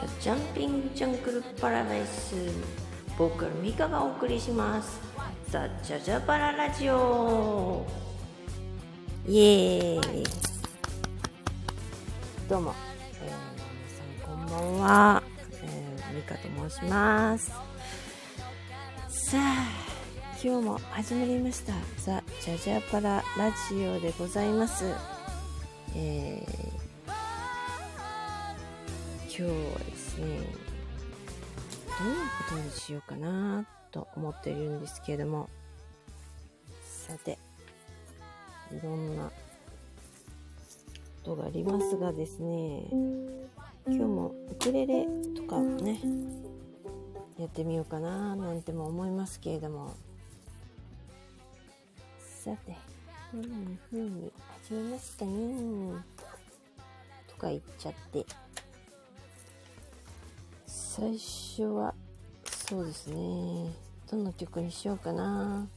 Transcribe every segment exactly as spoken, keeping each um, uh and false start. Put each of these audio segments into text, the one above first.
ジャンピングジャングルパラダイス、ボーカルミカがお送りします。ザ・ジャジャパララジオ、イエーイ。どうも、えー、皆さんこんばんは、えー、ミカと申します。さあ、今日も始まりましたザ・ジャジャパララジオでございます。えー今日はですね、どんなことにしようかなと思っているんですけれども、さて、いろんなことがありますがですね、今日もウクレレとかね、やってみようかななんても思いますけれども、さて、どんな風に始めますかねとか言っちゃって、最初はそうですね、どの曲にしようかな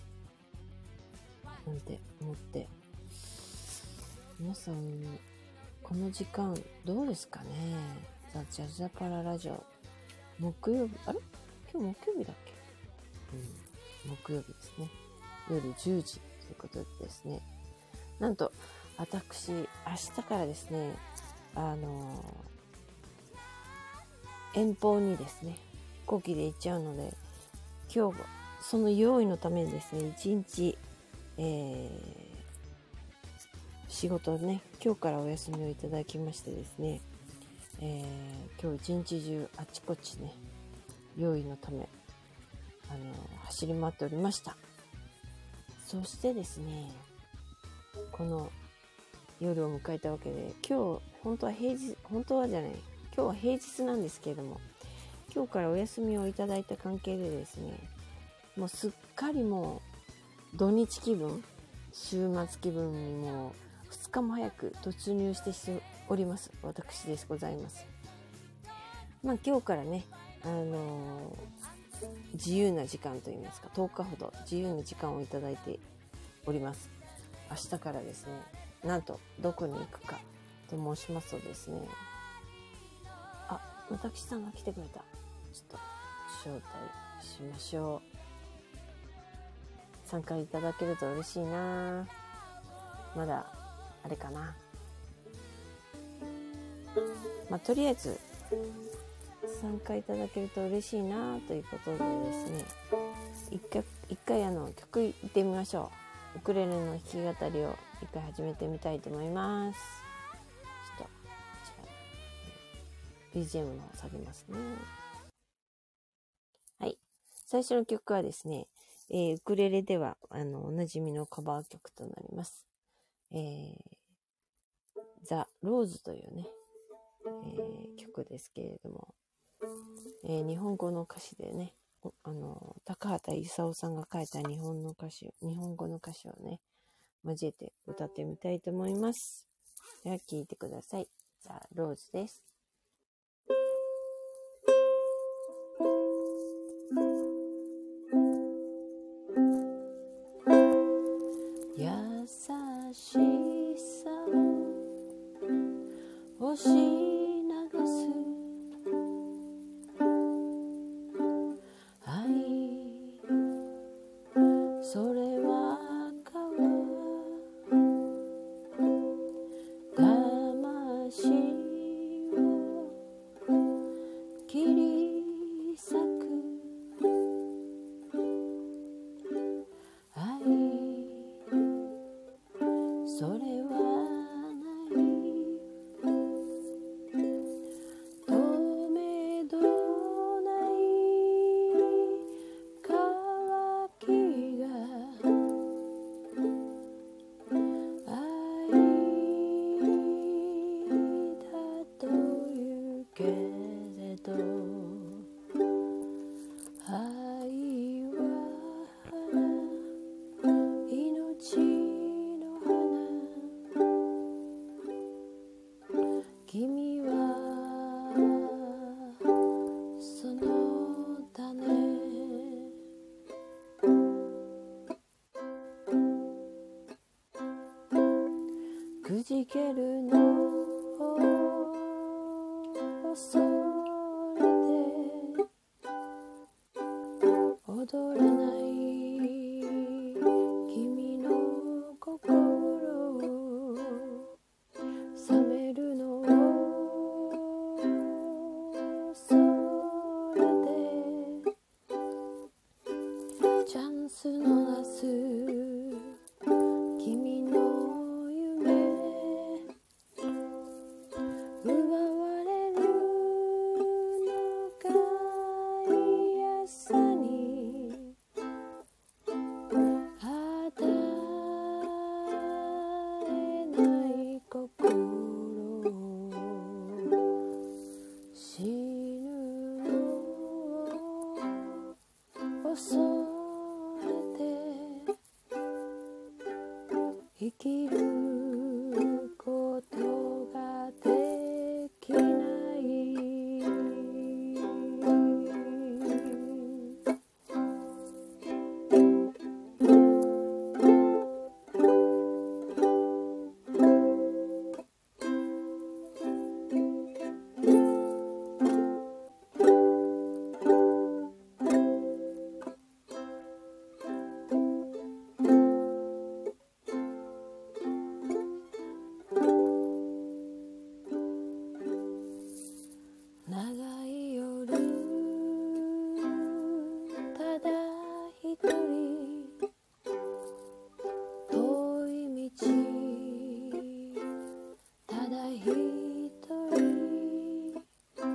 なんて思って、皆さんこの時間どうですかね。ザ・ジャジャパララジオ、木曜日、あれ今日木曜日だっけ。うん、木曜日ですね。夜じゅうじということでですね、なんと私明日からですね、あのー遠方にですね、飛行機で行っちゃうので、今日その用意のためにですね、一日、えー、仕事をね、今日からお休みをいただきましてですね、えー、今日一日中あちこちね、用意のため、あのー、走り回っておりました。そしてですね、この夜を迎えたわけで、今日本当は平日、本当はじゃない、今日は平日なんですけれども、今日からお休みをいただいた関係でですね、もうすっかりもう土日気分、週末気分にもうふつかも早く突入しております私ですございます。まあ今日からね、あのー、自由な時間といいますか、とおかほど自由な時間をいただいております。明日からですね、なんとどこに行くかと申しますとですね、あ、私さんが来てくれた。ちょっと招待しましょう。参加いただけると嬉しいな。まだあれかな。まあとりあえず参加いただけると嬉しいなということでですね、一回一回あの曲いってみましょう。ウクレレの弾き語りを一回始めてみたいと思います。ちょっと ビージーエム の方下げますね。はい。最初の曲はですね、えー、ウクレレではあのおなじみのカバー曲となります。えー、ザ・ローズというね、えー、曲ですけれども、えー、日本語の歌詞でね、あの高畑勲さんが書いた日本の歌詞、日本語の歌詞をね交えて歌ってみたいと思います。では聴いてください。ザ・ローズです。優しさを押し流す愛、それは魂を切り裂く愛、それはない止めどない渇きが愛だというけれど、愛は命の花、君はその種、くじけるのを恐戻らない君の心冷めるのをそれでチャンスのなす君の夢奪われるのが嫌さに与えない心死ぬのを恐れて生きることができない長い夜ただ一人遠い道ただ一人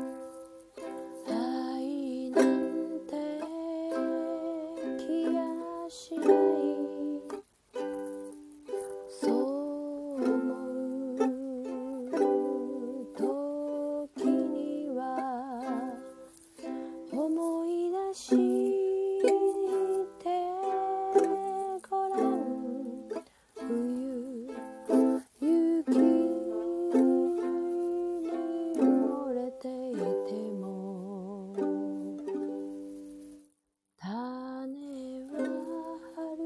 愛なんて気がしないそう思う時には思い出してごらん冬雪に埋もれていても種は春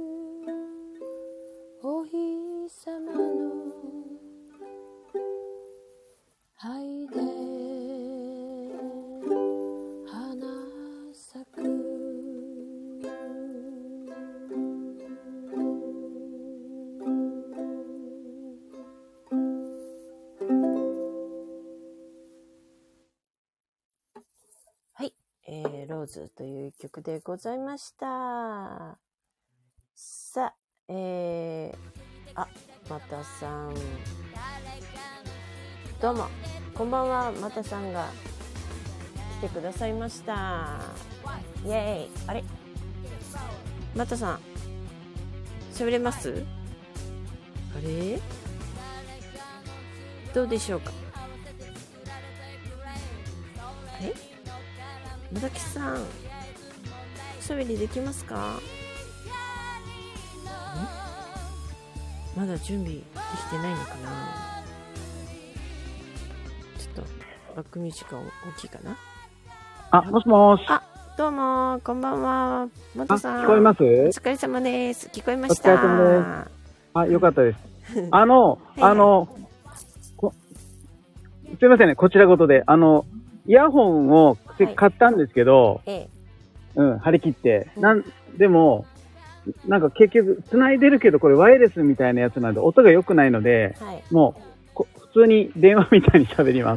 お日様の愛で花咲くはい、えー、ローズという曲でございました。さあ、えー、あ、またさんどうもこんばんは。またさんが来てくださいました。イエーイ。あれまたさん喋れます？あれどうでしょうか？あれまたきさんおしゃべりできますか？んまだ準備できてないのかな。ちょっとバックミュージックが大きいかな。 あ、もしもし。 あ、どうもこんばんは。もとさん。 聞こえます？お疲れ様です。聞こえました。 お疲れ様です。あ、よかったです。あの、はいはい、あのこ、すいませんね、こちらごとで。あの、イヤホンを買ったんですけど、はい、うん、張り切って。うん、なんでも、なんか結局、繋いでるけど、これワイヤレスみたいなやつなんで、音が良くないので、はい、もう、普通に電話みたいに喋ります。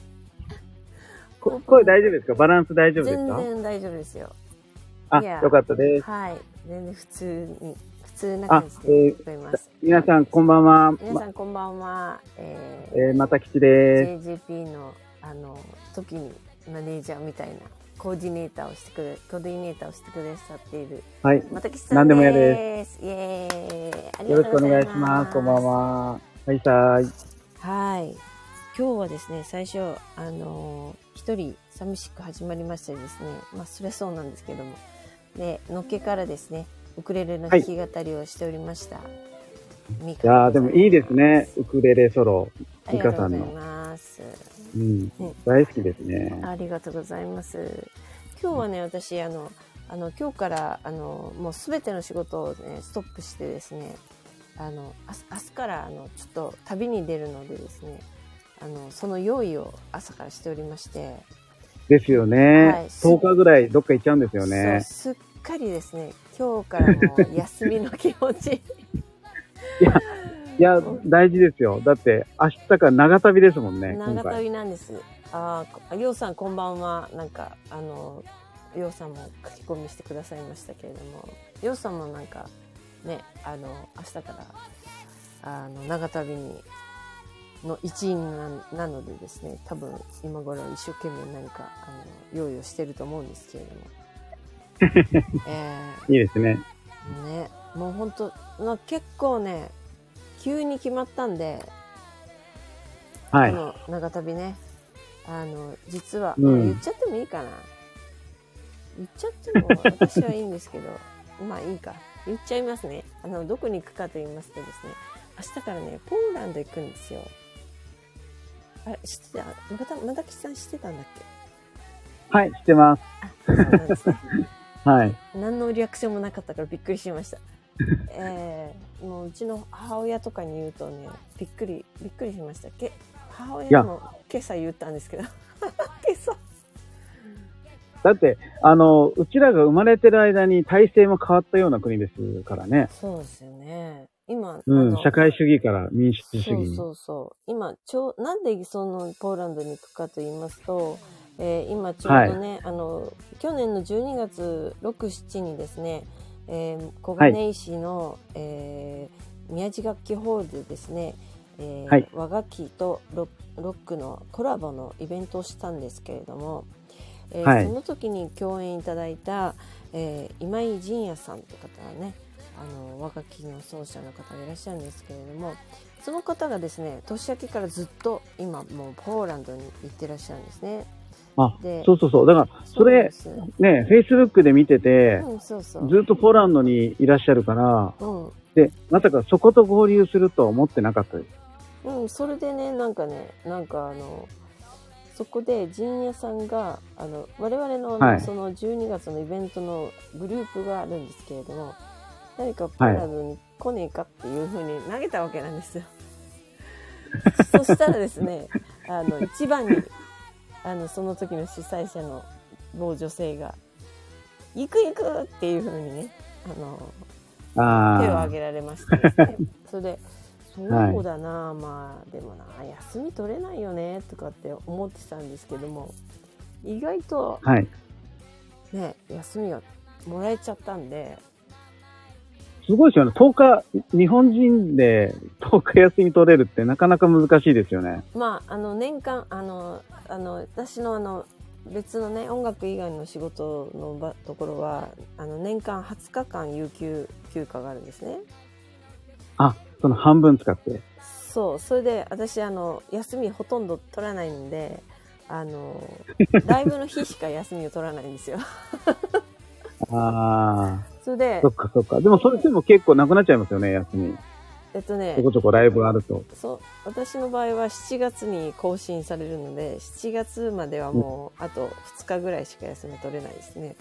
声大丈夫ですか？バランス大丈夫ですか？ 全然大丈夫ですよ。 あ、よかったです。 はい。全然普通に、普通な感じで聞こえます。 えー、皆さんこんばんは。 皆さんこんばんは。 えー、えー、またきちです。 ジェイジェーピー の、あの、時にマネージャーみたいなコーディネーターをしてくれ、コーディネーターをしてくださっている。 はい。 またきちさんです。 何でもやです。 イエーイ。 よろしくお願いします。こんばんは。はいさーい。 はい。今日はですね、最初、あのー、一人寂しく始まりましてですね、まあ、そりゃそうなんですけども、で、のっけからですね、ウクレレの弾き語りをしておりました。はい、 いやー、でもいいですね、ウクレレソロ、ミカさんの。 ありがとうございます。 うん、うん、大好きですね。 ありがとうございます。今日はね、私、あの、あの、今日から、あの、もうすべての仕事をね、ストップしてですね、あの、明日から、あの、ちょっと旅に出るのでですね、あのその用意を朝からしておりまして、 ですよね。はい、とおかぐらいどっか行っちゃうんですよね。 そう、すっかりですね、今日からも休みの気持ち。いや、いや、大事ですよ。だって、明日から長旅ですもんね。 長旅なんです。ああ、りょうさんこんばんは。なんか、あの、りょうさんも書き込みしてくださいましたけれども、りょうさんもなんか、ね、あの、明日から、あの、長旅に、の一員な, なのでですね、多分今頃一生懸命何かあの用意をしてると思うんですけれども、えー、いいですね。 ね、もう本当な結構ね急に決まったんで、 はい、 この長旅ね、あの実は、 うん、 言っちゃってもいいかな。言っちゃっても私はいいんですけど、まあいいか、言っちゃいますね。あのどこに行くかと言いますとですね、明日からねポーランド行くんですよ。あれ、知ってた？また、またきさん知ってたんだっけ？ はい、知ってます。 あ、そうなんですね。 はい。 何のリアクションもなかったからびっくりしました。えー、もううちの母親とかに言うとね、びっくり、びっくりしました。け母親も今朝言ったんですけど、今朝。 だって、あの、うちらが生まれてる間に体制も変わったような国ですからね。 そうですよね。今、 うん、社会主義から民主主義に。 そうそうそう。今、ちょう、なんでそのポーランドに行くかと言いますと、えー、今ちょうどね、はい、あの、去年のじゅうにがつろく、しちにですね、えー、小金井市の、はい、えー、宮地楽器ホールでですね、えーはい、和楽器とロックのコラボのイベントをしたんですけれども、えーはい、その時に共演いただいた、えー、今井仁也さんという方はね、あの和楽器の奏者の方がいらっしゃるんですけれども、その方がですね年明けからずっと今もうポーランドに行ってらっしゃるんですね。 あ、そうそうそう。だからそれね、フェイスブックで見てて、うん、そうそうずっとポーランドにいらっしゃるから、うん、でまさかそこと合流するとは思ってなかったです。 うん、それでね、なんかね、なんかあのそこで陣屋さんがあの我々 の, はい、そのじゅうにがつのイベントのグループがあるんですけれども、何かポーランドに来ねえかっていう風に投げたわけなんですよ。はい、そしたらですね、あの一番にあのその時の主催者の某女性が行く行くっていう風にね、あのあ手を挙げられましてですね、それでそうだな、はい、まあでもな休み取れないよねとかって思ってたんですけども、意外と、はい、ね休みがもらえちゃったんで。 すごいですよね。とおか、日本人でとおか休み取れるってなかなか難しいですよね。 まあ、あの、年間、あの、あの、私のあの、別のね、音楽以外の仕事の場ところは、あの、年間はつかかん有給休暇があるんですね。 あ、その半分使って。 そう、それで私、あの、休みほとんど取らないんで、あの、ライブの日しか休みを取らないんですよ。 ああ。 それで。 そっかそっか。でもそれでも結構なくなっちゃいますよね、休み。 えっとね。 ちょこちょこライブがあると。 そう。私の場合はしちがつに更新されるので、しちがつまではもう、あとふつかぐらいしか休み取れないですね。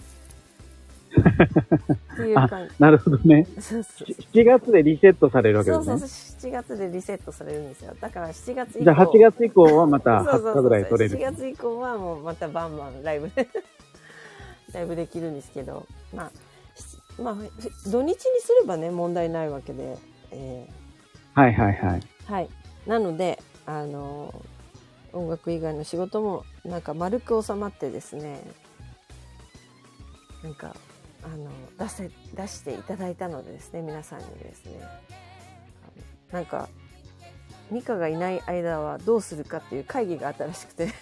っていう感じ。 なるほどね。 そうそう。 しちがつでリセットされるわけですね。 そうそうそう。しちがつでリセットされるんですよ。だからしちがつ以降。 じゃあはちがつ以降はまたはつかぐらい取れる。 しちがつ以降はもうまたバンバンライブライブできるんですけど、まあ。まあ、土日にすればね問題ないわけで、えー、はいはいはいはいなのであの音楽以外の仕事もなんか丸く収まってですね、なんかあの出せ出していただいたのでですね、皆さんにですね、なんかミカがいない間はどうするかっていう会議があったらしくて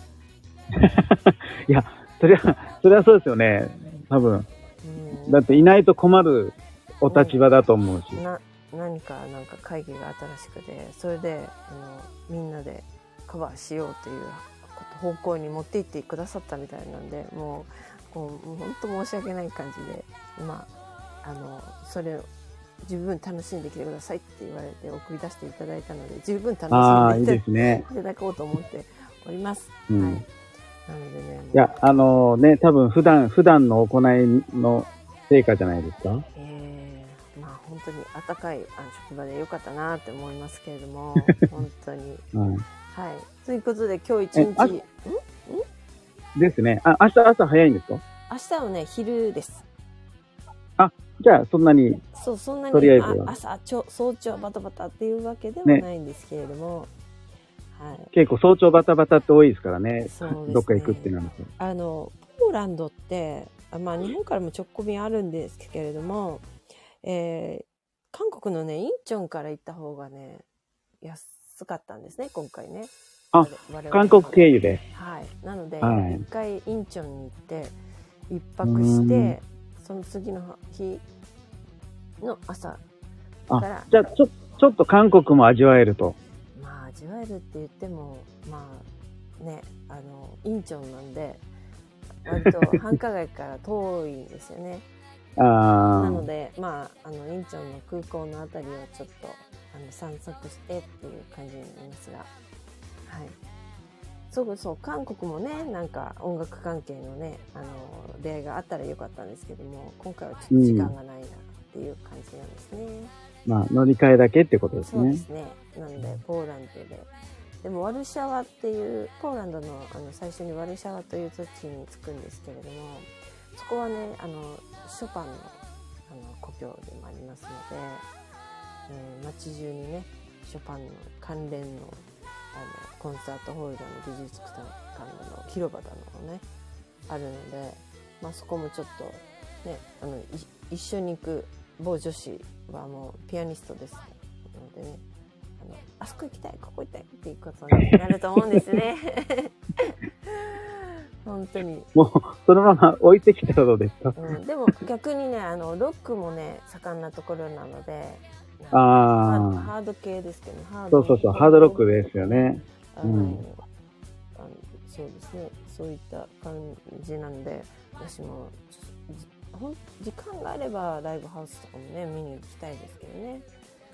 いやそれはそれはそうですよね、多分。だっていないと困るお立場だと思うし、 な何かなんか会議があったらしくて、それであのみんなでカバーしようという方向に持っていってくださったみたいなんで、もうこう本当申し訳ない感じで、まああのそれを十分楽しんできてくださいって言われて送り出していただいたので、十分楽しんでいた、ね、いただこうと思っております。うん、はい。なのでね、 いやあのー、ね多分普段普段の行いの成果じゃないですか。 えー、まあ本当に温かいあの職場で良かったなって思いますけれども本当に、うん、はい。ということで今日一日、んんですね。あ、明日朝早いんですか？ 明日はね、昼です。 あ、じゃあそんなに。 そう、そんなに、 とりあえずは朝、ちょ、早朝バタバタっていうわけではないんですけれども、ね、はい。 結構早朝バタバタって多いですからね。 そうですね。 どっか行くってなると。 あの、ポーランドって、まあ日本からも直行便あるんですけれども、えー、韓国のね、インチョンから行った方がね、安かったんですね、今回ね。 あ、韓国経由で。 はい。なので、一、 はい、 回インチョンに行って、一泊して、その次の日の朝から。 あ、じゃあちょ、ちょっと韓国も味わえると。 まあ、味わえるって言っても、まあ、ね、あの、インチョンなんで、割と繁華街から遠いんですよね。 あなので、まあ、あの、インチョンの空港のあたりをちょっと、あの、散策してっていう感じになりますが、はい。そうそう、韓国もね、なんか音楽関係のね、あの、出会いがあったらよかったんですけども、今回はちょっと時間がないなっていう感じなんですね。 うん、まあ、乗り換えだけってことですね。 そうですね。なので、ポーランドで。でも、ワルシャワっていう、ポーランドの、あの、最初にワルシャワという土地に着くんですけれども、そこはね、あの、ショパンの、あの、故郷でもありますので、えー、街中にね、ショパンの関連の、あの、コンサートホールだの、美術館の広場だのね、あるので、まあそこもちょっと、ね、あの、一緒に行く某女子はもうピアニストですのでね、あの、あそこ行きたい、ここ行きたいっていうことになると思うんですね。本当に。 もう、そのまま置いてきたらどうですか？ うん、でも逆にね、あの、ロックもね、盛んなところなので、 ああ。 ハード系ですけど、ハードそうそうそう、ハードロックですよね。 あの、うん、あのそうですね、そういった感じなんで、私もほん時間があればライブハウスとかもね、見に行きたいですけどね。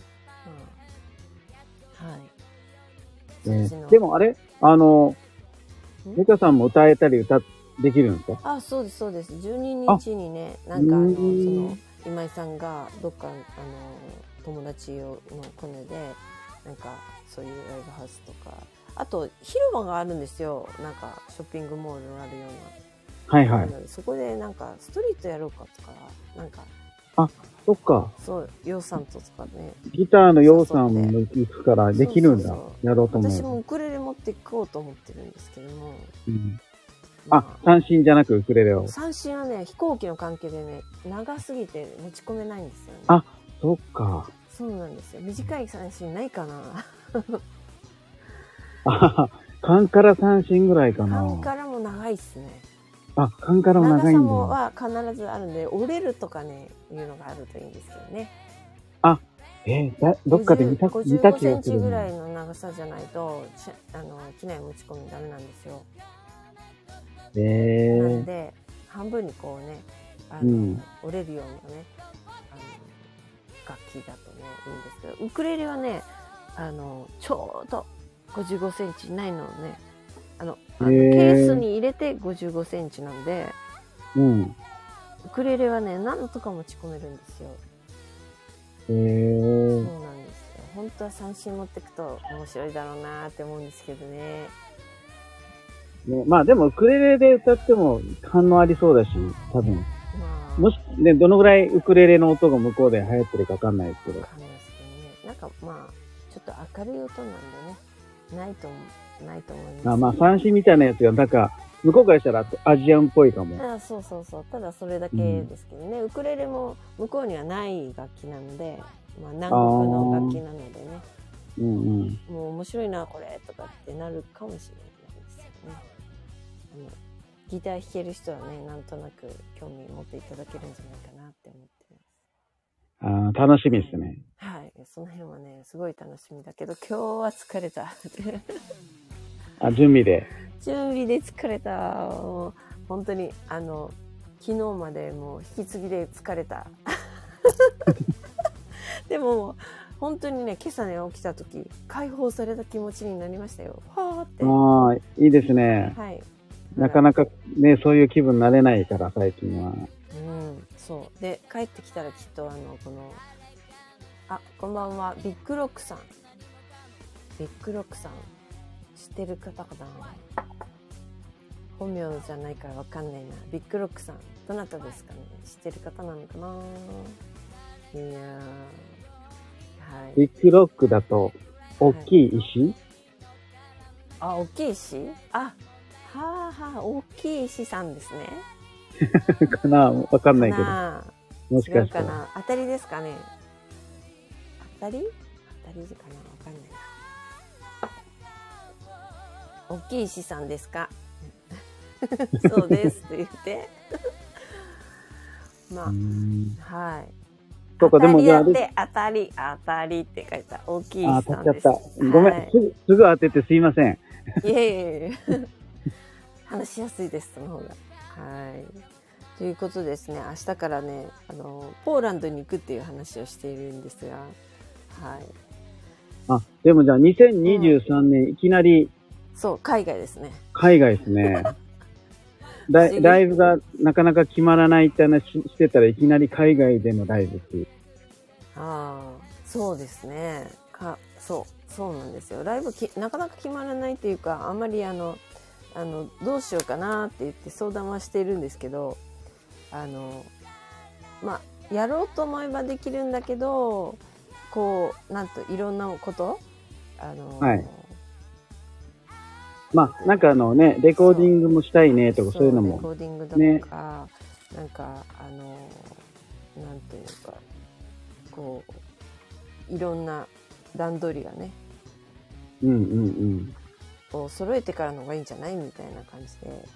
まあ、はい。 えー、でもあれあの、メカさんも歌えたり歌できるんですか？ あ、そうです、そうです。じゅうににちにね、なんかあの、その、今井さんがどっか、あの、友達をのコネで、なんか、そういうライブハウスとか、あと、広場があるんですよ。なんか、ショッピングモールがあるような。はいはい。 そこで、なんか、ストリートやろうかとか、なんか、 あ、そっか。 そう、ヨウさんとかね。 ギターのヨウさんも行くからできるんだ。そうそうそうやろうと思う。 私もウクレレ持っていこうと思ってるんですけども。 うん、あ、三振じゃなくウクレレを。 三振はね、飛行機の関係でね、長すぎて持ち込めないんですよね。 あ、そっか。 そうなんですよ。短い三振ないかな。 あ、カンカラ三振ぐらいかな。 カンカラも長いっすね。 あ、カンカラも長いんだ。 長さは必ずあるんで、折れるとかね、いうのがあるといいんですけどね。 あ、えー、だどっかで見た、見た気がする。ごじゅうごセンチぐらいの長さじゃないと、あの、機内持ち込みダメなんですよ。 えー、 なんで、半分にこうね、あの、うん、折れるようなね、あの、楽器だとね、いいんですけど、ウクレレはね、あの、ちょうどごじゅうごセンチないのをね、あの、あのケースに入れてごじゅうごセンチなんで、 うん、 ウクレレはね、何とか持ち込めるんですよ。 へー、 そうなんですよ。本当は三振持ってくと面白いだろうなーって思うんですけどね。 ね、まあでもウクレレで歌っても反応ありそうだし、多分。まあ、もし、ね、どのぐらいウクレレの音が向こうで流行ってるかわかんないですけど。 わかんないですけどね。なんかまあ、ちょっと明るい音なんでね、ないと思う。ないと思います。 あ、まあ、三振みたいなやつが、なんか、向こうからしたらアジアンっぽいかも。 ああ、そうそうそう。ただそれだけですけどね、うん、ウクレレも向こうにはない楽器なので、まあ、南国の楽器なのでね、うんうん、もう面白いな、これ、とかってなるかもしれないですよね。あのギター弾ける人はね、なんとなく興味持っていただけるんじゃないかなって思ってます。ああ、楽しみですね。 はい。その辺はね、すごい楽しみだけど、今日は疲れた。 あ、準備で。 準備で疲れた。もう本当に、あの、昨日までもう引き継ぎで疲れた。でも、本当にね、今朝ね、起きた時、解放された気持ちになりましたよ。はーって。 ああ、いいですね。 はい。 なかなかね、そういう気分になれないから、最近は。 うん、そう。で、帰ってきたらきっと、あの、この、あ、こんばんは、ビッグロックさん。ビッグロックさん、知ってる方かな？ 本名じゃないからわかんないな。ビッグロックさん、どなたですかね。知ってる方なのかな。いやー、はい。 ビッグロックだと、大きい石、はい、 あ、大きい石、あ、はあはあ、大きい石さんですね。 かな、わかんないけど。もしかしたら。 違うかな。当たりですかね。当たり当たりかな、わかんないな。大きい石さんですか。そうですって言って。まあ、はい。そうか、でも、当たりだって、当たり、当たりって書いた。大きい石さんです。あ、当たっちゃった。 ごめん、はい、すぐ、すぐ当ててすいません。 いえいえいえ。話しやすいです、その方が。はい。ということですね、明日からね、あの、ポーランドに行くっていう話をしているんですが、はい。 あ、でもじゃあにせんにじゅうさんねん、うん、いきなり。 そう、海外ですね。 海外ですね。ライライブがなかなか決まらないって話してたらいきなり海外でのライブっていう。 ああ、そうですね。か、そう、そうなんですよ。ライブきなかなか決まらないっていうか、あんまりあの、あの、どうしようかなって言って相談はしているんですけど、あの、まあ、やろうと思えばできるんだけど、こう、なんといろんなこと、あの、 はい。まあ、なんかあのね、レコーディングもしたいねとかそういうのも。 レコーディングだとか、ね、なんか、あの、なんていうか、こう、いろんな段取りがね、 うんうんうん。 を揃えてからの方がいいんじゃないみたいな感じで、え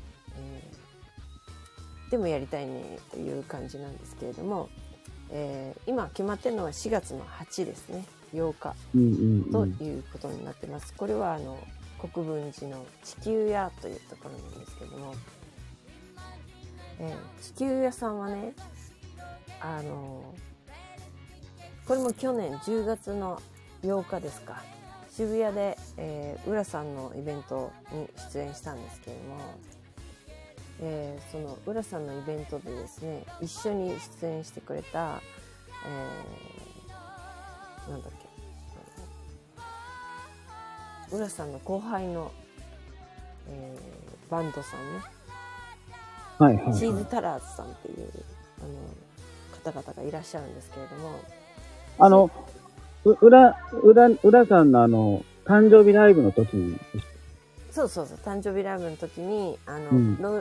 ー、でもやりたいねという感じなんですけれども、えー、今決まってるのはしがつのはちですね、ようか、 うんうんうん、 ということになってます。これはあの国分寺の地球屋というところなんですけども、えー、地球屋さんはね、あのこれも去年じゅうがつのようかですか、渋谷で、えー、浦さんのイベントに出演したんですけれども、えー、その浦さんのイベントでですね、一緒に出演してくれた、えー、なんだっけ、浦さんの後輩の、えー、バンドさんね、 はいはいはい、 チーズタラーズさんっていうあの方々がいらっしゃるんですけれども、 あのう浦浦浦さんのあの誕生日ライブの時に、 そうそうそう、誕生日ライブの時にあの、うん、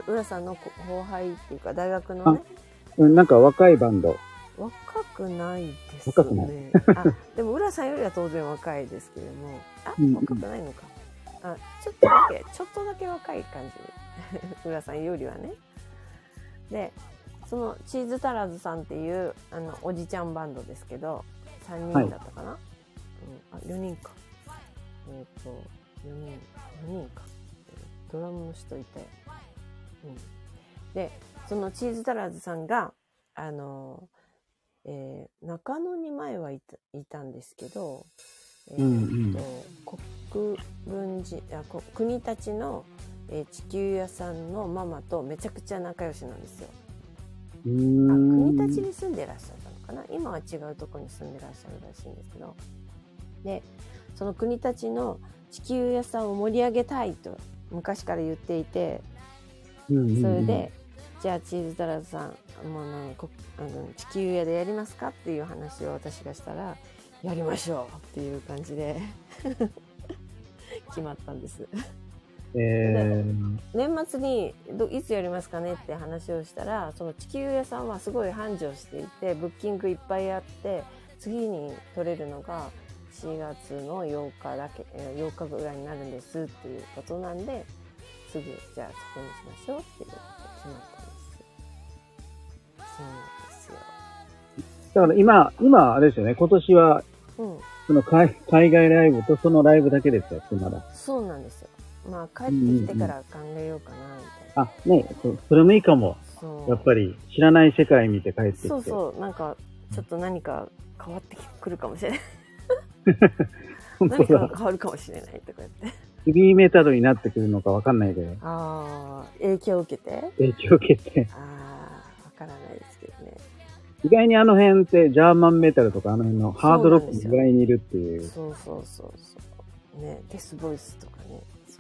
浦さんの後輩っていうか大学のね、 なんか若いバンド。 若くないですね。 若くない。 あ、でも浦さんよりは当然若いですけれども、あ、若くないのか。あ、ちょっとだけ、ちょっとだけ若い感じ。浦さんよりはね。で、そのチーズタラーズさんっていうあのおじちゃんバンドですけど、さんにんだったかな。はい、うん、あ、よにんか。えっと、よにん、よにんか。ドラムの人いて。うん。で、そのチーズタラーズさんが、あの、えー、中野に前はいた、いたんですけど、えーとうんうん、国分寺、あ、国立の、えー、地球屋さんのママとめちゃくちゃ仲良しなんですよ。 うーん、 あ、国立に住んでらっしゃったのかな。今は違うところに住んでらっしゃるらしいんですけど、で、その国立の地球屋さんを盛り上げたいと昔から言っていて、うんうんうん、それでじゃあチーズタラーズさんもうなんかあの地球屋でやりますかっていう話を私がしたら、やりましょうっていう感じで決まったんです。えー、年末にどいつやりますかねって話をしたら、その地球屋さんはすごい繁盛していてブッキングいっぱいあって、次に取れるのがしがつのようかだけ、ようかぐらいになるんですっていうことなんで、すぐじゃあそこにしましょうっていうことが決まったんです。そうなんですよ。 だから今今あれですよね、今年は、うん、その 海, 海外ライブとそのライブだけですよ、まだ。 そうなんですよ。まあ帰ってきてから考えようかなみたいな。 うんうんうん、あ、ね、そ, それもいいかも。やっぱり知らない世界見て帰ってきて。 そうそう、なんかちょっと何か変わってくるかもしれない。何かが変わるかもしれないとか言って。 ヘビーメタルになってくるのかわかんないけど。 ああ、影響を受けて影響を受けて。 ああ、わからないですけどね。 意外にあの辺ってジャーマンメタルとかあの辺のハードロックに意外にいるっていう。 そうそうそうそう。ね、デスボイスとかね。そ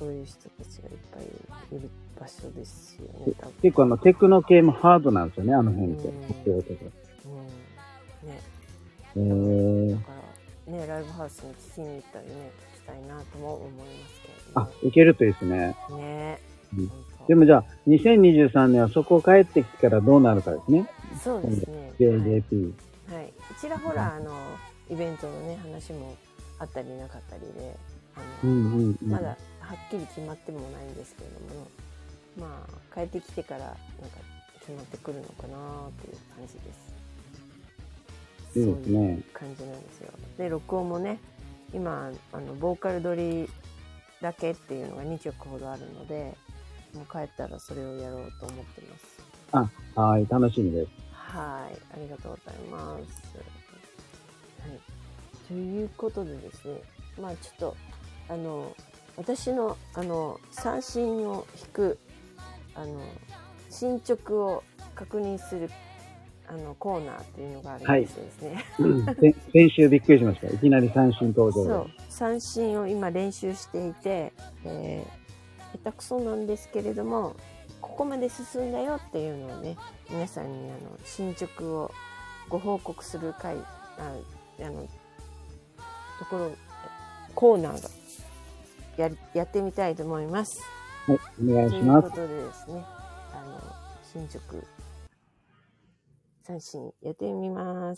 そういう人たちがいっぱいいる場所ですよね。 結構あのテクノ系もハードなんですよね、あの辺って。うん。うん、 ね。 えー、 だからね、ライブハウスに聞きに行ったりね、したいなとも思いますけれども。 あ、行けるといいですね。 ね。 うん、でもじゃあ、にせんにじゅうさんねんはそこを帰ってきてからどうなるかですね。 そうですね。 ジェイジェーピー。 はい。はい、ちらほら、あの、イベントのね、話もあったりなかったりで、あの、うんうんうん、まだはっきり決まってもないんですけれども、まあ、帰ってきてから、なんか、決まってくるのかなっていう感じです。 いいですね。 そういう感じなんですよ。で、録音もね、今、あの、ボーカル撮りだけっていうのがにきょくほどあるので、もう帰ったらそれをやろうと思ってます。 あ、はい、楽しみです。 はい、ありがとうございます。はい。ということでですね、まあちょっと、あの、私の、あの、三振を弾く、あの、進捗を確認する、あの、コーナーっていうのがあるんですですね。 はい、先週びっくりしました。いきなり三振登場で。 そう、三振を今練習していて、えー、下手くそなんですけれども、ここまで進んだよっていうのをね、皆さんにあの進捗をご報告する回、ああのところコーナーが や, やってみたいと思います。 はい、お願いします。 ということでですね、あの進捗三振やってみます。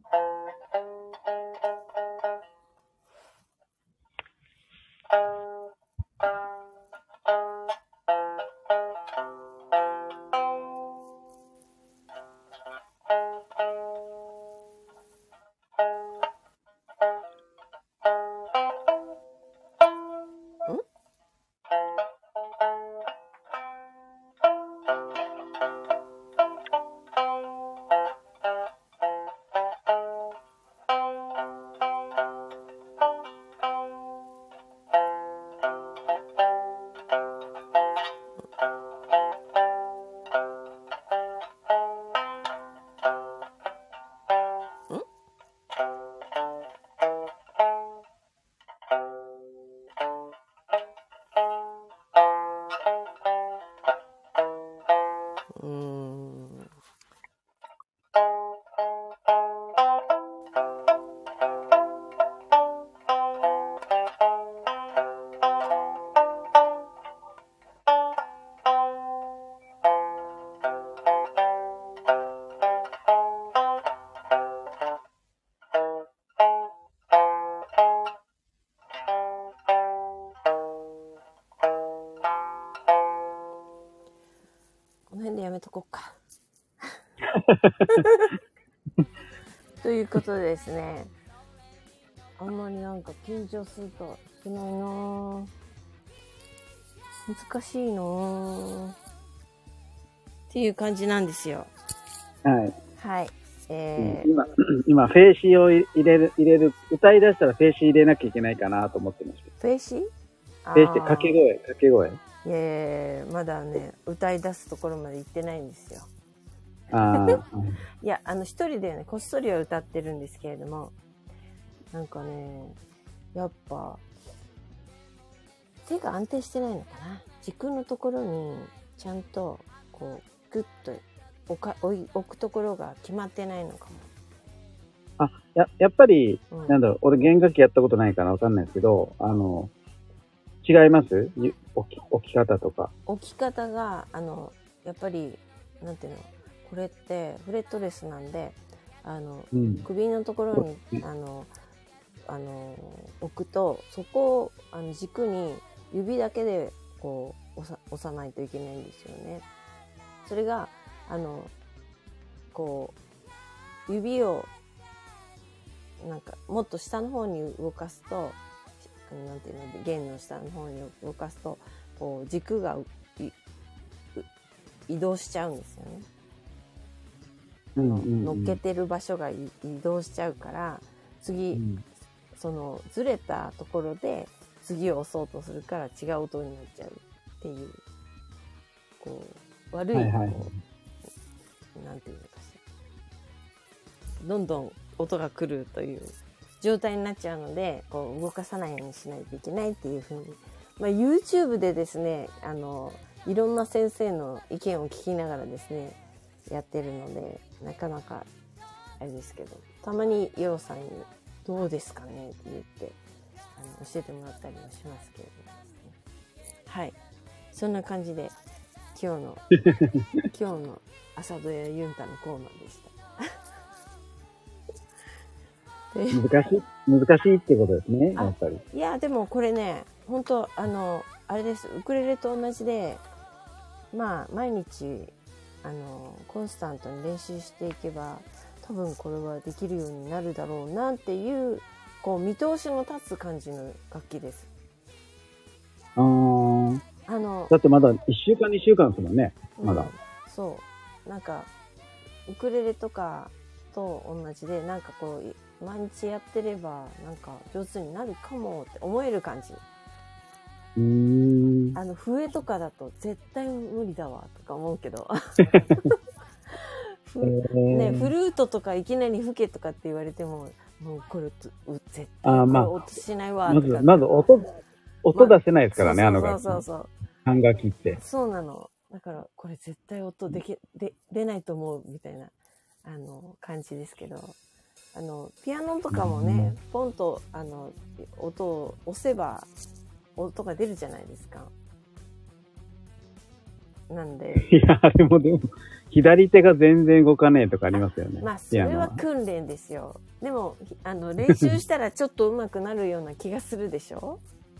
この辺でやめとこうか。ということでですね、あんまりなんか緊張するといけないな、難しいなっていう感じなんですよ。 はい。 はい。えー、 今、今、フェーシを入れる、入れる、歌い出したらフェーシ入れなきゃいけないかなと思ってました。 フェーシ？ フェーシって掛け声、掛け声。 いや、まだね、歌い出すところまで行ってないんですよ。 あいや、あの、一人でね、こっそりは歌ってるんですけれども、なんかね、やっぱ、手が安定してないのかな。軸のところに、ちゃんと、こう、グッと置か、置い、置くところが決まってないのかも。 あ、や、やっぱり、うん、なんだろう、俺弦楽器やったことないからわかんないですけど、あの、違います置き、置き方とか。 置き方が、あの、やっぱり、なんていうの、これってフレットレスなんで、あの、うん、首のところに、あの、あの、置くと、そこを、あの、軸に指だけで、こう、押さ、押さないといけないんですよね。それが、あの、こう、指を、なんか、もっと下の方に動かすと、なんていうの、弦の下の方に動かすと、こう、軸が移動しちゃうんですよね。 うんうんうん、 乗っけてる場所が移動しちゃうから、次、うん、そのずれたところで次を押そうとするから違う音になっちゃうっていう、こう悪い、はいはい、こうなんていうのかしら、どんどん音が来るという状態になっちゃうので、こう動かさないようにしないといけないっていうふうにまあ、YouTube でですね、あの、いろんな先生の意見を聞きながらですね、やってるので、なかなか、あれですけど、たまにヨウさんに、どうですかねって言って、あの教えてもらったりもしますけれどもですね。はい。そんな感じで、今日の、今日の朝ドヤユンタのコーナーでした。 難しい、難しいってことですね、やっぱり。 いや、でもこれね、本当あの、あれです。ウクレレと同じで、まあ、毎日、あの、コンスタントに練習していけば、多分これはできるようになるだろうなっていう、こう、見通しの立つ感じの楽器です。 あー。 あの、 だってまだいっしゅうかん、にしゅうかんですもんね、まだ。うん、 そう。なんか、ウクレレとかと同じで、なんかこう、毎日やってればなんか上手になるかもって思える感じ。 うーん。 あの笛とかだと絶対無理だわとか思うけどふ、ね、フルートとかいきなり吹けとかって言われてももうこれ絶対これ音しないわとか、 まあ、まずまず音音出せないですからね、 まあ、 あのそうそうそう管楽器って。 そうなの。だからこれ絶対音できで出ないと思うみたいなあの感じですけど。あのピアノとかもね、うん、ポンとあの音を押せば音が出るじゃないですか。なんで。 いや、あれもでも、左手が全然動かねえとかありますよね。 まあ、それは訓練ですよ。でも、あの、練習したらちょっと上手くなるような気がするでしょ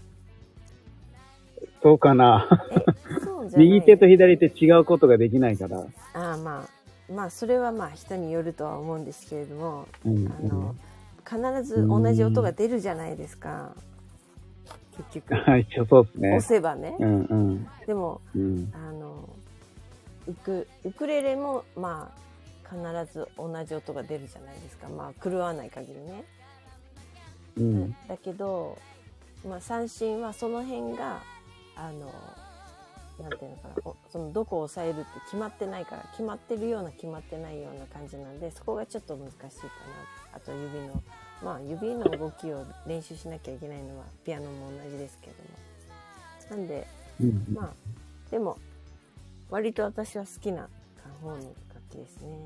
そうかな。 え、そうじゃない。 右手と左手違うことができないから。 ああ、まあ。まあそれはまあ人によるとは思うんですけれども、 うんうん、 あの必ず同じ音が出るじゃないですか。結局。 一応そうですね。 押せばね。 うんうん、 でも、 うん、 あのウクウクレレもまあ必ず同じ音が出るじゃないですか。まあ狂わない限りね。 うん、 だけど、まあ三振はその辺があの。なんていうのかな、そのどこを押さえるって決まってないから、決まってるような決まってないような感じなんで、そこがちょっと難しいかな。あと指のまあ指の動きを練習しなきゃいけないのはピアノも同じですけども、なんで、 うん、 まあでも割と私は好きな方の楽器ですね。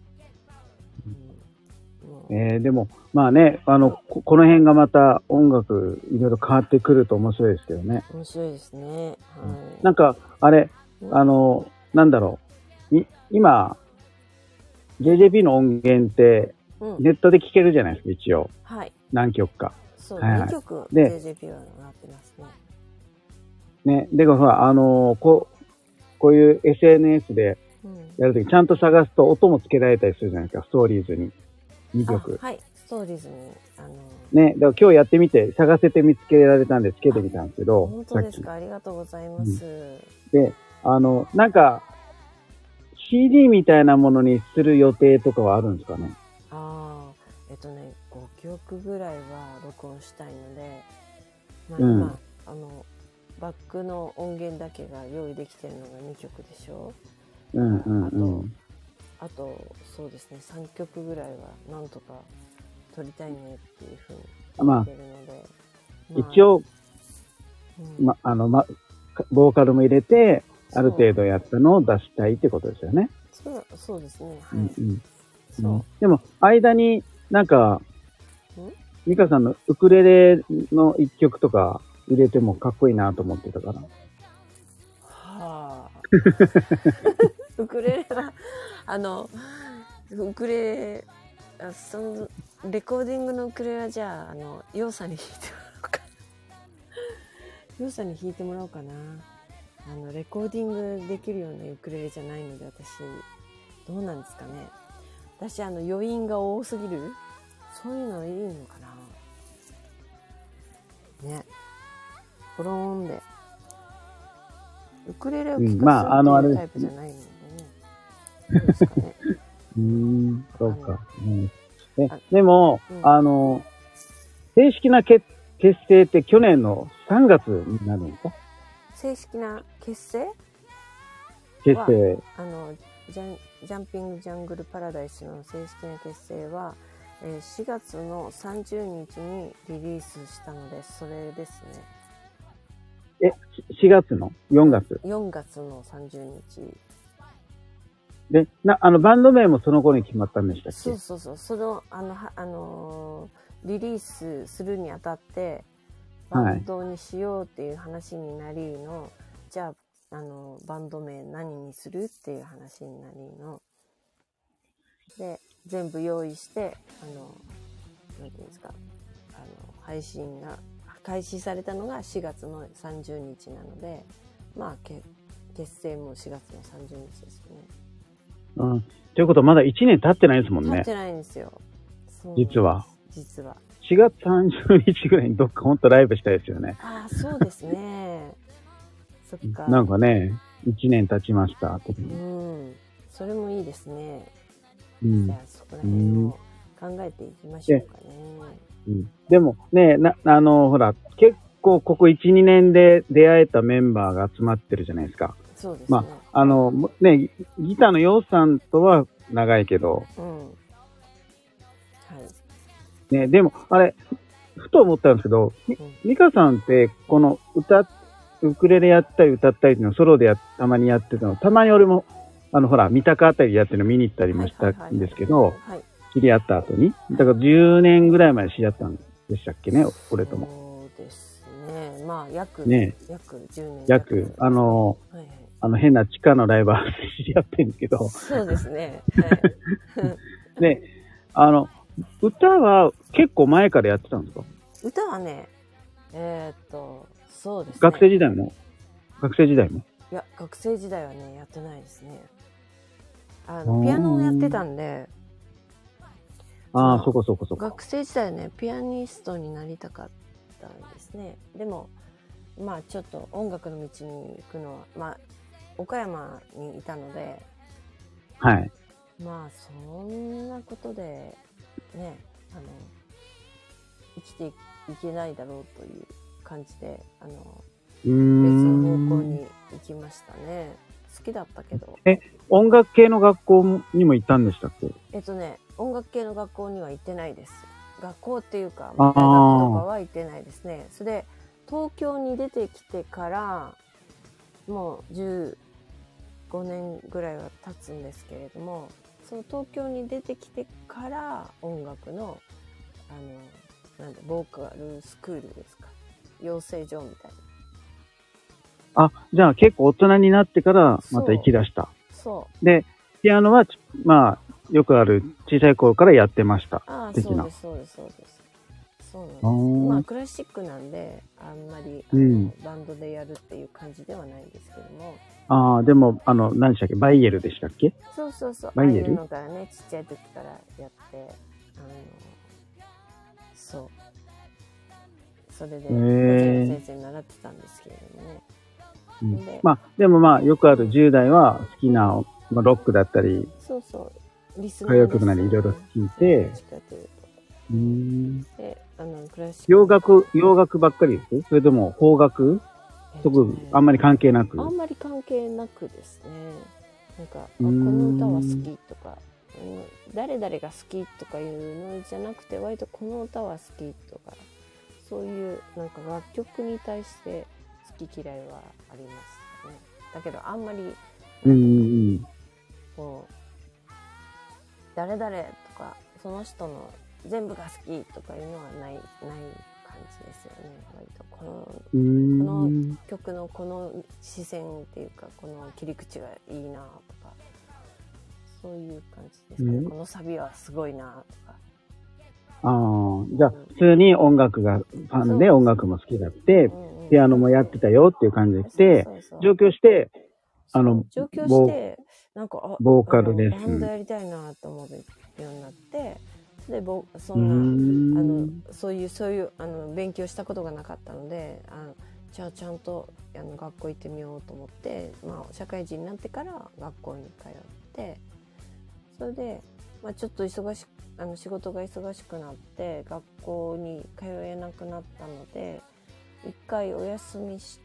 うん、えー、でもまあね、あの こ, この辺がまた音楽いろいろ変わってくると面白いですけどね。 面白いですね。はい。 なんかあれ、あのなんだろう、今 ジェイジェーピー の音源ってネットで聴けるじゃないですか、一応。 はい。 何曲か。 そう、はいはい、にきょく ジェイジェーピー はなってますね。ね、でもほら、あのー、こう、こういう エスエヌエス でやるとき、ちゃんと探すと音もつけられたりするじゃないですか、ストーリーズに。にきょく。 はい、ストーリーズに。あのー、ね、だから今日やってみて、探せて見つけられたんでつけてみたんですけど。 本当ですか、ありがとうございます。うん、 で、あの、なんか、シーディー みたいなものにする予定とかはあるんですかね。 ああ、えっとね、ごきょくぐらいは録音したいので、まあ、今、うん、あの、バックの音源だけが用意できてるのがにきょくでしょ。 うんうんうん。 あと、あと、そうですね、さんきょくぐらいはなんとか撮りたいねっていうふうに言ってるので。 まあ、まあ、一応、うん、ま、あの、ま、ボーカルも入れて、ある程度やったのを出したいってことですよね。 そう、そうですね。はい。 うんうんそう。でも、間になんか、ミカさんのウクレレの一曲とか入れてもかっこいいなと思ってたから。 はあ。ウクレレは、あの、ウクレレ、あその、レコーディングのウクレレはじゃあ、あの、ヨウさんに弾いてもらおうか。ヨウさんに弾いてもらおうかな。あの、レコーディングできるようなウクレレじゃないので、私、どうなんですかね。私、あの、余韻が多すぎる？そういうのいいのかな？ね。ポローンで。ウクレレを聴かせるタイプじゃないのでね。どうですかね。 うーん、そうか。うん、えでも、うん、あの、正式な結結成って去年のさんがつになるんですか？ 正式な結成結成。 あのジャン、ジャンピングジャングルパラダイスの正式な結成は、えー、しがつのさんじゅうにちにリリースしたので、それですね。 え、しがつの ?よんがつ。 よんがつのさんじゅうにち。 で、な、あの、バンド名もその頃に決まったんでしたっけ？ そうそうそう。その、あの、はあのー、リリースするにあたって、バンドにしようっていう話になりの、はい、じゃあ、あの、バンド名何にするっていう話になりの。で、全部用意して、あの、なんていうんですか、あの、配信が開始されたのがしがつのさんじゅうにちなので、まあ、け結成もしがつのさんじゅうにちですよね。 うん。ということはまだいちねん経ってないですもんね。 経ってないんですよ。 実は。 実は。 しがつさんじゅうにちぐらいにどっかほんとライブしたいですよね。 ああ、そうですね。そっか。 なんかね、いちねん経ちました。 うん。それもいいですね。 うん。 じゃあそこら辺を考えていきましょうかね。 うん、でもね、な、あの、ほら、結構ここいち、にねんで出会えたメンバーが集まってるじゃないですか。 そうですね。 まあ、あの、ね、ギターのヨウさんとは長いけど。 うん。はい。 ね、でも、あれ、ふと思ったんですけど、うん、ミカさんって、この歌、ウクレレやったり歌ったりっていうのをソロでや、たまにやってたの、たまに俺も、あの、ほら、三鷹あたりやってるの見に行ったりもしたんですけど、知り合った後に。だからじゅうねんぐらい前に知り合ったんでしたっけね、俺とも。 そうですね。まあ、約、 ね、 約じゅうねん。 約、あの、はいはい、あの変な地下のライブハウスで知り合ってるんですけど。 そうですね。はい、 で、あの、歌は結構前からやってたんですか？ 歌はね、えー、っと、そうですね。 学生時代も学生時代もいや、学生時代はね、やってないですね。あの、ピアノをやってたんで。 ああ、そこそこそこ。 学生時代はね、ピアニストになりたかったんですね。でも、まあちょっと音楽の道に行くのは、まあ、岡山にいたので、 はい。 まあそんなことでね、あの生きていけないだろうという感じで、あの別の方向に行きましたね。好きだったけど。 え、音楽系の学校にも行ったんでしたっけ？ えっとね、音楽系の学校には行ってないです。学校っていうか大学とかは行ってないですね。それで東京に出てきてからもうじゅうごねんぐらいは経つんですけれども、その東京に出てきてから音楽のあのなんだボーカルスクールですか、養成所みたいな。あ、じゃあ結構大人になってからまた行き出した。 そう。 で、ピアノはまあよくある小さい頃からやってました。 ああ、そうですそうですそうです。そうなんです。まあクラシックなんであんまりあの、うん、バンドでやるっていう感じではないんですけども。 ああ、でもあの何でしたっけ、バイエルでしたっけ？ そうそうそう。 バイエル。 ああいうのからね、ちっちゃい時からやって、あのそう。それで個人の先生に習ってたんですけれどもね。 うん、でまあでもまあよくあるじゅう代は好きな、まあ、ロックだったり、 そうそう。リスナー歌謡曲なりいろいろ聞いて。 うん。で、あのクラシック。 洋楽洋楽ばっかりです？それとも邦楽？そこ、ね、あんまり関係なく。 あんまり関係なくですね。なんか、あ、この歌は好きとか、うん、誰々が好きとかいうのじゃなくて、割とこの歌は好きとか、そういうなんか楽曲に対して好き嫌いはありますね。だけどあんまり、 うん、 こう誰々とかその人の全部が好きとかいうのはないない感じですよね。割とこのこの曲のこの視線っていうかこの切り口がいいなとかそういう感じですかね。このサビはすごいなとか。 ああ、じゃあ普通に音楽がファンで音楽も好きだって、ピアノもやってたよっていう感じで来て、上京してあの上京してなんかあボーカルレッスンバンドやりたいなと思うようになって、でボそんなあのそういうそういうあの勉強したことがなかったので、あじゃあちゃんとあの学校行ってみようと思って、まあ社会人になってから学校に通って、それでまあちょっと忙しあの仕事が忙しくなって学校に通えなくなったので一回お休みして、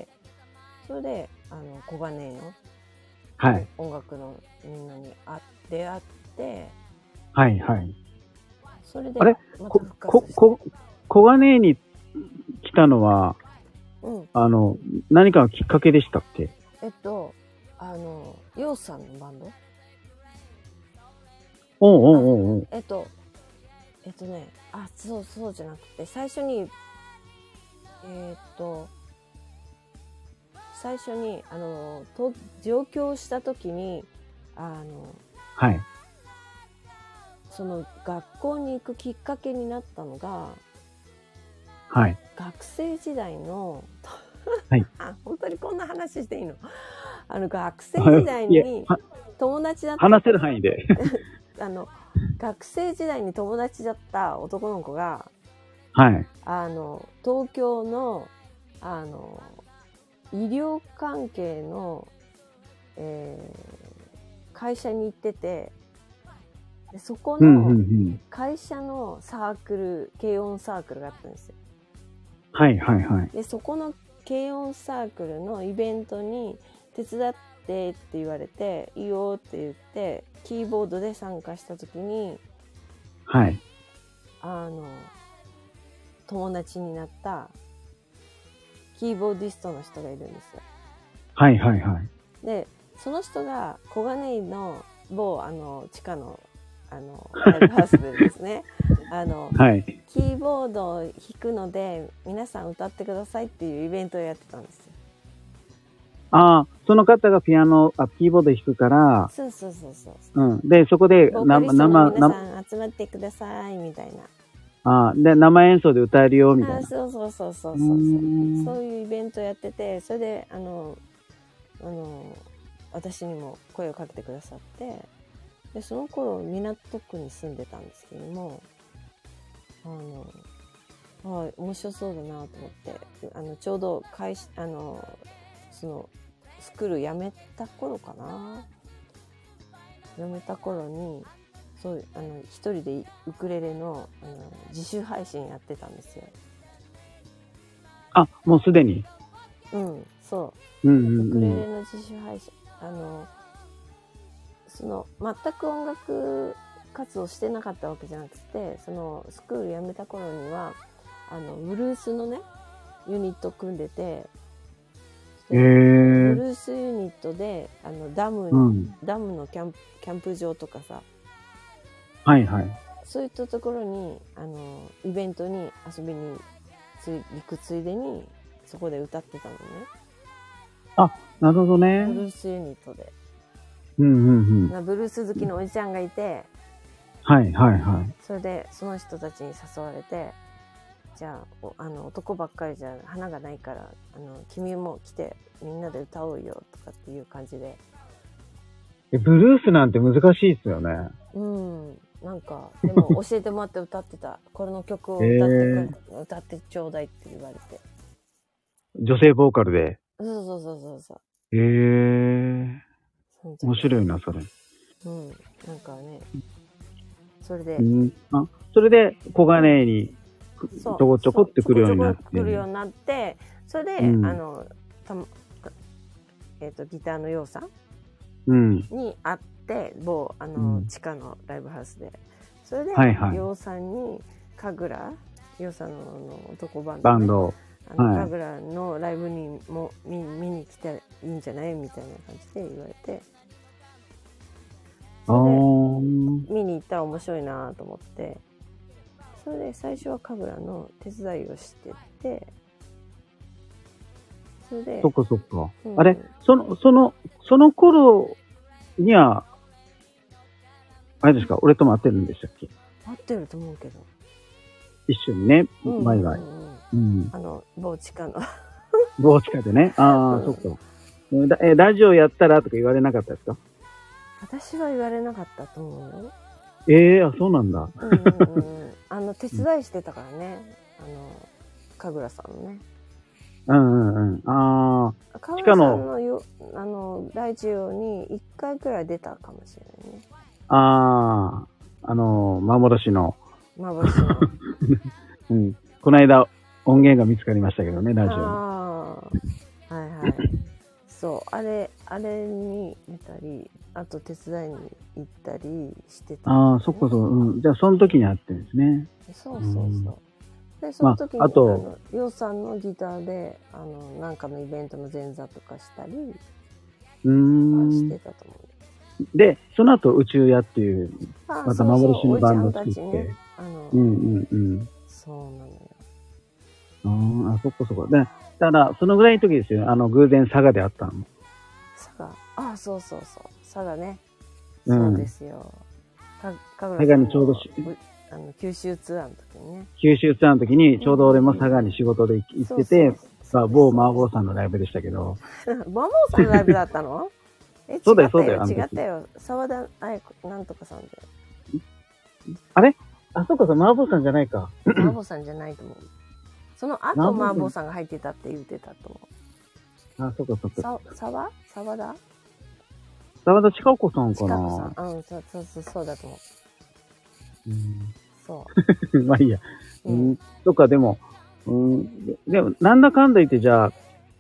それであの小金井のはい、 音楽のみんなにあ出会って、 はいはい。 それであれ、 またこここ小金井に来たのはうん。 あの、何かのきっかけでしたっけ？ えっと、あの、ヨウさんのバンド？ おうおうおうおう。 えっと、えっとね、あ、そう、そうじゃなくて、最初に、えー、っと、最初に、あの、と上京した時に、あの、 はい。 その学校に行くきっかけになったのが、 はい。 学生時代の、 はい。 あ、本当にこんな話していいの？あの、学生時代に友達だった。 話せる範囲で。 あの、学生時代に友達だった男の子が、 はい。 あの、東京の、あの、医療関係の、えー、会社に行ってて、でそこの会社のサークル、軽音サークルがあったんですよ。 はいはいはい。 で、そこの軽音サークルのイベントに手伝ってって言われて、いいよって言って、キーボードで参加した時に、 はい。 あの、友達になったキーボーディストの人がいるんですよ。 はいはいはい。 で、その人が小金井の某あの地下のあのライブハウスでですね、あの、はい、キーボードを弾くので皆さん歌ってくださいっていうイベントをやってたんですよ。 ああ、その方がピアノ、あ、キーボード弾くから。 そうそうそうそう。 うん。で、そこで生、生、皆さん集まってくださいみたいな。 ああ、で、生演奏で歌えるよみたいな。 あ、そうそうそうそうそう。そういうイベントやってて、それで、あの、あの、私にも声をかけてくださって、で、その頃、港区に住んでたんですけども、あの、はい、面白そうだなと思って、あの、ちょうど会社、あの、その、スクール辞めた頃かな。辞めた頃に、そう、あの、一人でウクレレの、あの、自主配信やってたんですよ。 あ、もうすでに。 うん、そう。 うんうんうん、 ウクレレの自主配信。あの、その、全く音楽活動してなかったわけじゃなくて、その、スクール辞めた頃には、あの、ブルースのね、ユニット組んでて、 へー、 ブルースユニットで、あの、ダム、 うん、 ダムのキャンプ、キャンプ場とかさ、 はいはい。 そういったところに、あの、イベントに遊びにつ行くついでに、そこで歌ってたのね。 あ、なるほどね。 ブルースユニットで。 うんうんうん。 ブルース好きのおじちゃんがいて、 はいはいはい。 それでその人たちに誘われて、じゃあ、あの男ばっかりじゃ花がないから、あの君も来てみんなで歌おうよとかっていう感じで。 え、ブルースなんて難しいっすよね。 うん、なんかでも教えてもらって歌ってた。これの曲を歌ってく、えー、歌ってちょうだいって言われて。 女性ボーカルで。 そうそうそうそうそう。 へえー。面白いなそれ。 うん、なんかね、それで。 うん、あ、それで小金井にちょこちょこって来るようになって。 来るようになって、それで、うん、あのたえっ、ー、とギターのようさん。うん、に会って某あの、うん、地下のライブハウスで、それで、はいはい、ようさんに神楽ようさん の, の男バンド、ね、 バンド、 あの、はい、神楽のライブにも 見, 見に来ていいんじゃないみたいな感じで言われて、それで見に行ったら面白いなと思って、それで最初は神楽の手伝いをしてて、それでそっかそっか、うん、あれそのそのその頃にはあれですか、俺とも会ってるんでしたっけ？ 会ってると思うけど。 一緒にね、ワイワイ。 あの某地下の某地下でね。ああ、うん、そっか。え、ラジオやったらとか言われなかったですか？ 私は言われなかったと思うよ。 ええー、あ、そうなんだ。 うんうんうん、あの手伝いしてたからね、あの神楽さんのね。 うんうんうん。ああ、神楽さんのよあのラジオに一回くらい出たかもしれないね。 ああ、あの幻の。 幻の。 うん。この間音源が見つかりましたけどね、ラジオに。ああ、はいはい。そう、あれあれに出たり、あと手伝いに行ったりしてた、ね。 ああ、そっかそっか。うん。じゃあその時に会ってるんですね。 そうそうそう。 で、その時に、 まあ、あと、 ヨウさんのギターで、あの、なんかのイベントの前座とかしたり、 うーん。 してたと思う。で、その後宇宙屋っていう、 あまた幻のバンド作って。 ね、あの、 うんうんうん。 そうなのよ。 ああ、そっかそっか。で、ただ、そのぐらいの時ですよ。あの、偶然佐賀で会ったの。 佐賀ああ、そうそうそう。佐賀ね。 うん、 そうですよ。か、かぐら佐賀にちょうどし、 あの、九州ツアーの時にね。 九州ツアーの時に、ちょうど俺も佐賀に仕事で行ってて、まあ、某麻婆さんのライブでしたけど。 麻婆さんのライブだったのえ、 そうだよ、そうだよ。 違ったよ。沢田愛子、なんとかさんで。 あれあ、そうか、そう、麻婆さんじゃないか。 麻婆さんじゃないと思う。その後、麻婆さんが入ってたって言ってたと思う。あ、そうか、そうか。 さ、沢沢田沢田千佳子さんかな。 千佳子さん。うん、そうそうそう、そうだと思う。うん。そう。 まあいいや。うん。とか、でも、うん。でも、なんだかんだ言って、じゃあ、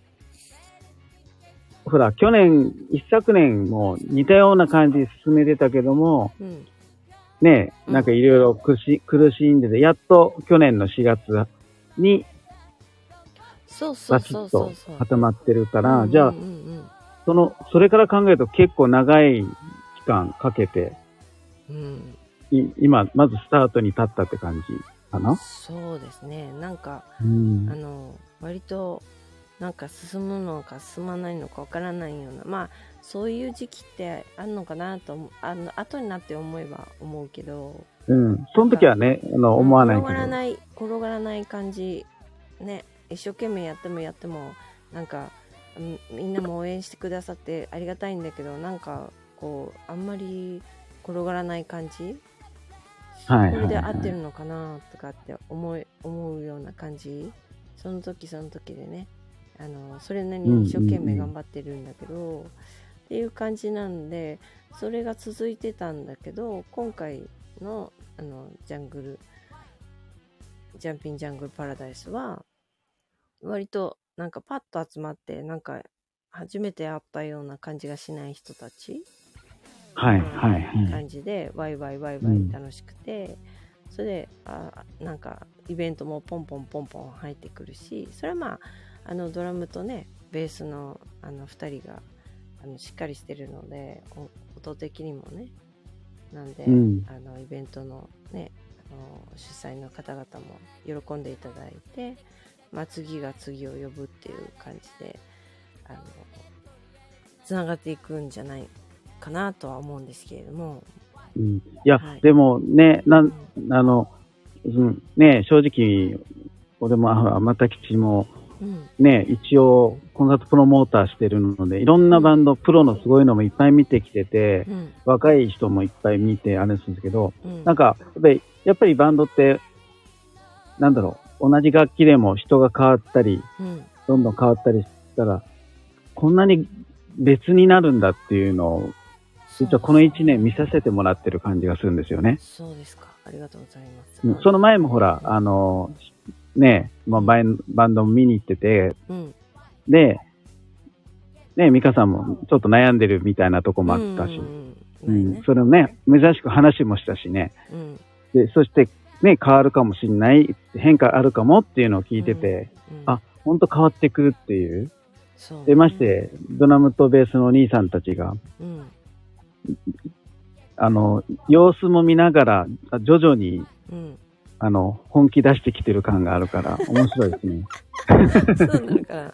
ほら、去年、一昨年も似たような感じで進めてたけども、うん、ねえ、なんかいろいろ苦し、苦しんでて、やっと去年のしがつに、 そうそうそうそう。 バチッと固まってるから、じゃあ、その、それから考えると結構長い期間かけて、うん、い今、まずスタートに立ったって感じかな？ そうですね。なんか、 うん、 あの、割と、なんか進むのか進まないのかわからないような、まあそういう時期ってあるのかなと、あの後になって思えば思うけど、 うん、その時はね、あの思わないけど、 転がらない転がらない感じね、一生懸命やってもやってもなんかみんなも応援してくださってありがたいんだけど、なんかこうあんまり転がらない感じ、はいはいはい、これで合ってるのかなとかって思い思うような感じ、その時その時でね。あのそれなりに一生懸命頑張ってるんだけど、うんうんうん、っていう感じなんで、それが続いてたんだけど、今回のあのジャングルジャンピンジャングルパラダイスは割となんかパッと集まって、なんか初めて会ったような感じがしない人たち、 はいはいはい、 感じでワイワイワイワイ楽しくて、うん、それであなんかイベントもポンポンポンポン入ってくるし、それはまああのドラムとねベースのあのふたりがあのしっかりしてるので、音的にもね、なんで、うん、あのイベントのねあの主催の方々も喜んでいただいて、まあ、次が次を呼ぶっていう感じであのつながっていくんじゃないかなとは思うんですけれども、 うん、いや、はい、でもね、な、あの、うん、ね、正直、俺も、あ、また吉も、うん、ね、一応、コンサートプロモーターしてるので、いろんなバンド、うん、プロのすごいのもいっぱい見てきてて、うん、若い人もいっぱい見て、あれですけど、うん、なんか、やっぱり、やっぱりバンドって、なんだろう、同じ楽器でも人が変わったり、うん、どんどん変わったりしたら、こんなに別になるんだっていうのを、実はこのいちねん見させてもらってる感じがするんですよね。 そうですか。ありがとうございます。 その前もほら、あの、ね、まあ、バンドも見に行ってて、うん、で、ね、ミカさんもちょっと悩んでるみたいなとこもあったし、うんうんね、それをね、珍しく話もしたしね。うん、で、そして、ね、変わるかもしれない、変化あるかもっていうのを聞いてて、うんうん、あ、ほんと変わってくっていう。そうね、で、まして、ドラムとベースのお兄さんたちが、うん、あの、様子も見ながら、徐々に、うん、あの、本気出してきてる感があるから、面白いですね。 そうなるから。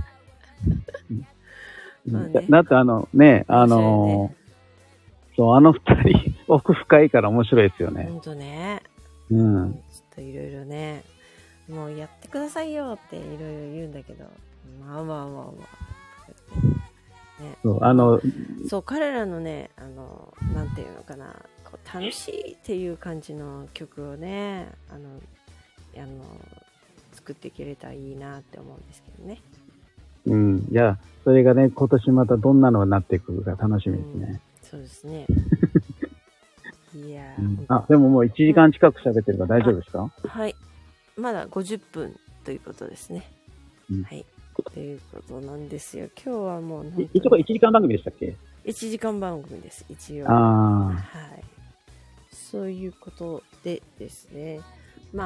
まあね、だ, だってあの、ね、あの、ね、そう、あの二人、奥深いから面白いですよね。 ほんとね。 うん。 ちょっといろいろね、もうやってくださいよっていろいろ言うんだけど、まあまあまあまあ。ね、 そう、あの、 そう、彼らのね、あの、なんていうのかな、こう楽しいっていう感じの曲をね、あの、あの、作っていけれたらいいなって思うんですけどね。 うん、いや、それがね、今年またどんなのになってくるか楽しみですね。 うん、そうですね。いやー、うん、 あ、でももういちじかん近く喋ってるから大丈夫ですか？ はい。まだごじゅっぷんということですね。うん、はい。ということなんですよ。今日はもう一応いちじかん番組でしたっけ？ いちじかん番組です、一応。 あ、 はい。そういうことでですね。まあ、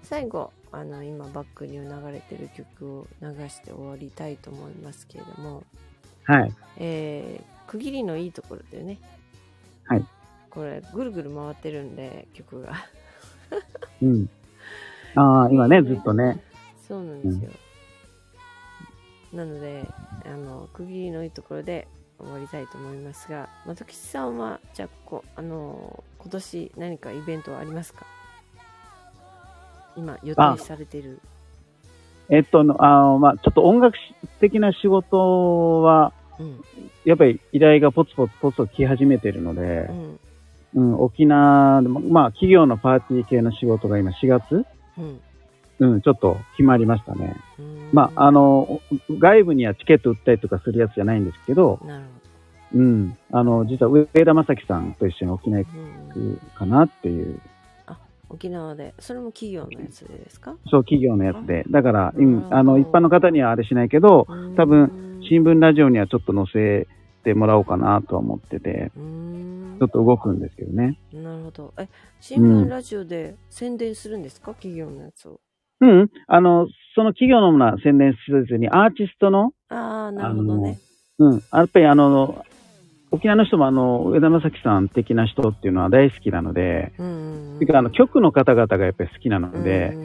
最後、あの、今バックに流れてる曲を流して終わりたいと思いますけれども、 はい。 えー、区切りのいいところでね、 はい。 これ、ぐるぐる回ってるんで、曲が。 うん。ああ、今ね、ずっとね。 そうなんですよ。うん、なので、あの、区切りのいいところで終わりたいと思いますが、まときちさんは、じゃあ、こあの、今年何かイベントはありますか？今、予定されている。 えっと、あの、まあ、ちょっと音楽的な仕事は、うん、やっぱり依頼がポツポツポツと来始めてるので、うんうん、沖縄でも、まあ、企業のパーティー系の仕事が今しがつ、うんうん、ちょっと決まりましたね。まあ、あの、外部にはチケット売ったりとかするやつじゃないんですけど、なるほど。うん。あの、実は上田正樹さんと一緒に沖縄行くかなっていう。 あ、沖縄で。それも企業のやつでですか？ そう、企業のやつで。だから、うん、あの、一般の方にはあれしないけど、多分、新聞ラジオにはちょっと載せてもらおうかなとは思ってて、ちょっと動くんですけどね。 なるほど。え、新聞ラジオで宣伝するんですか？うん、企業のやつを。 うん。あの、その企業のものは宣伝せずに、アーティストの、 ああ、なるほどね。 うん。やっぱりあの、沖縄の人もあの、上田正樹さん的な人っていうのは大好きなので、うんうんうん、てかあの、局の方々がやっぱり好きなので、うん、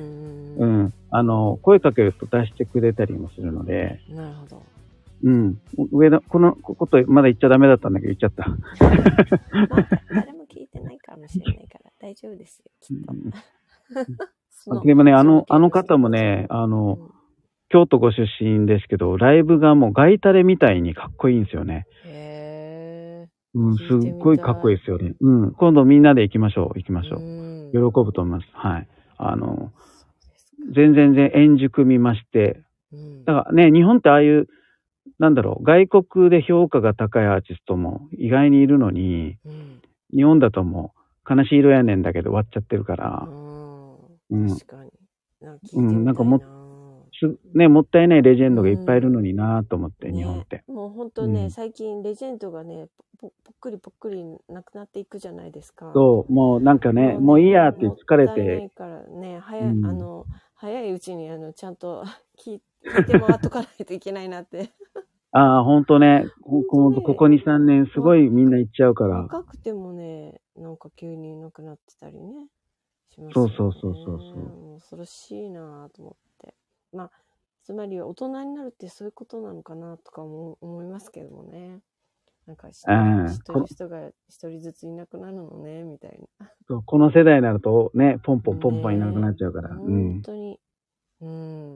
うんうん、あの、声かけると出してくれたりもするので、 なるほど。 うん。上田、このことまだ言っちゃダメだったんだけど言っちゃった。 まあ、誰も聞いてないかもしれないから大丈夫ですよ、きっと。 でもね、あの、あの方もね、あの、うん、京都ご出身ですけど、ライブがもうガイタレみたいにかっこいいんですよね。 へー。うん、すっごいかっこいいですよね。うん。今度みんなで行きましょう、行きましょう。う喜ぶと思います。はい。あの、全然全然円熟見まして、うん、だからね、日本ってああいう、なんだろう、外国で評価が高いアーティストも意外にいるのに、うん、日本だともう、悲しい色やねんだけど終わっちゃってるから、 うん、確かに。 なんか聞いてみたいな、うん、なんかもね、もったいないレジェンドがいっぱいいるのになと思って、うん、日本って。 ね、もう本当ね、うん、最近レジェンドがねぽ、ぽっくりぽっくりなくなっていくじゃないですか。 そう、もうなんかね、もう、ね、もういいやって疲れて。もったいないからね、早い、うん、あの、早いうちにあのちゃんと聞いてもらっとかないといけないなって。 ああ、ほんとね。ここ、ここに、さんねんすごいみんな行っちゃうから。 若くてもね、なんか急にいなくなってたりね。しますよね。そうそうそうそうそう。 もう恐ろしいなと思って。まあ、つまり大人になるってそういうことなのかなとかも思いますけどもね。なんか一人人が一人ずついなくなるのね、みたいな。 そう、この世代になるとね、ポンポンポンポンいなくなっちゃうから。 ね、うん、本当に。うん。